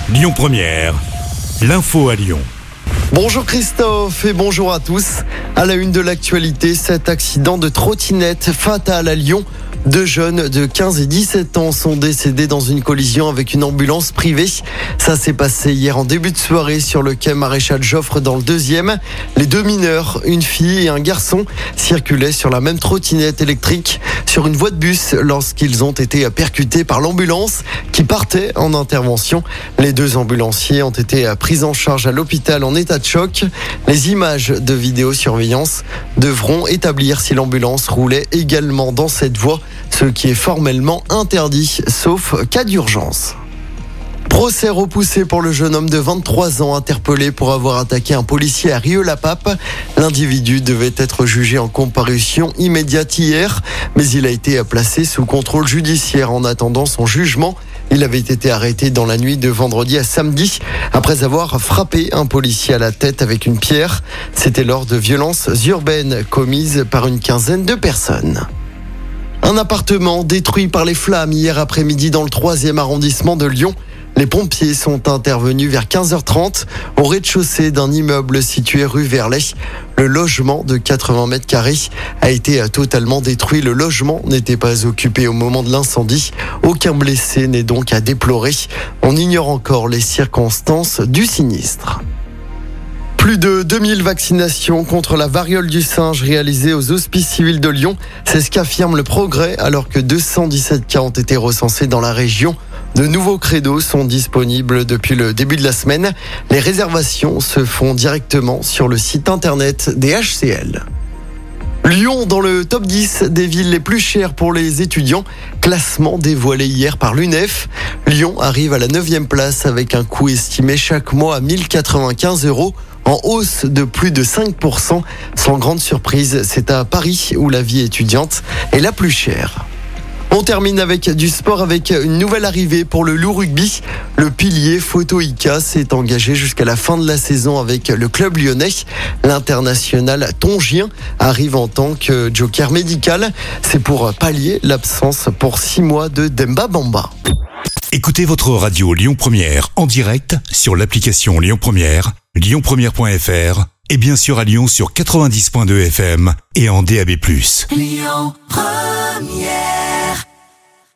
Lyon Première, l'info à Lyon. Bonjour Christophe et bonjour à tous. À la une de l'actualité, cet accident de trottinette fatal à Lyon. 2 jeunes de 15 et 17 ans sont décédés dans une collision avec une ambulance privée. Ça s'est passé hier en début de soirée sur le quai Maréchal Joffre dans le 2e. Les 2 mineurs, une fille et un garçon, circulaient sur la même trottinette électrique sur une voie de bus lorsqu'ils ont été percutés par l'ambulance qui partait en intervention. Les 2 ambulanciers ont été pris en charge à l'hôpital en état de choc. Les images de vidéosurveillance devront établir si l'ambulance roulait également dans cette voie, ce qui est formellement interdit, sauf cas d'urgence. Procès repoussé pour le jeune homme de 23 ans interpellé pour avoir attaqué un policier à Rieux-la-Pape. L'individu devait être jugé en comparution immédiate hier, mais il a été placé sous contrôle judiciaire en attendant son jugement. Il avait été arrêté dans la nuit de vendredi à samedi après avoir frappé un policier à la tête avec une pierre. C'était lors de violences urbaines commises par une quinzaine de personnes. Un appartement détruit par les flammes hier après-midi dans le 3e arrondissement de Lyon. Les pompiers sont intervenus vers 15h30 au rez-de-chaussée d'un immeuble situé rue Verlet. Le logement de 80 mètres carrés a été totalement détruit. Le logement n'était pas occupé au moment de l'incendie. Aucun blessé n'est donc à déplorer. On ignore encore les circonstances du sinistre. Plus de 2000 vaccinations contre la variole du singe réalisées aux hospices civils de Lyon. C'est ce qu'affirme le Progrès alors que 217 cas ont été recensés dans la région. De nouveaux créneaux sont disponibles depuis le début de la semaine. Les réservations se font directement sur le site internet des HCL. Lyon dans le top 10 des villes les plus chères pour les étudiants. Classement dévoilé hier par l'UNEF. Lyon arrive à la 9e place avec un coût estimé chaque mois à 1095 €. En hausse de plus de 5%. Sans grande surprise, c'est à Paris où la vie étudiante est la plus chère. On termine avec du sport avec une nouvelle arrivée pour le loup rugby. Le pilier Photo Ika s'est engagé jusqu'à la fin de la saison avec le club lyonnais. L'international tongien arrive en tant que joker médical. C'est pour pallier l'absence pour 6 mois de Demba Bamba. Écoutez votre radio Lyon Première en direct sur l'application Lyon Première, lyonpremière.fr et bien sûr à Lyon sur 90.2 FM et en DAB+. Lyon Première.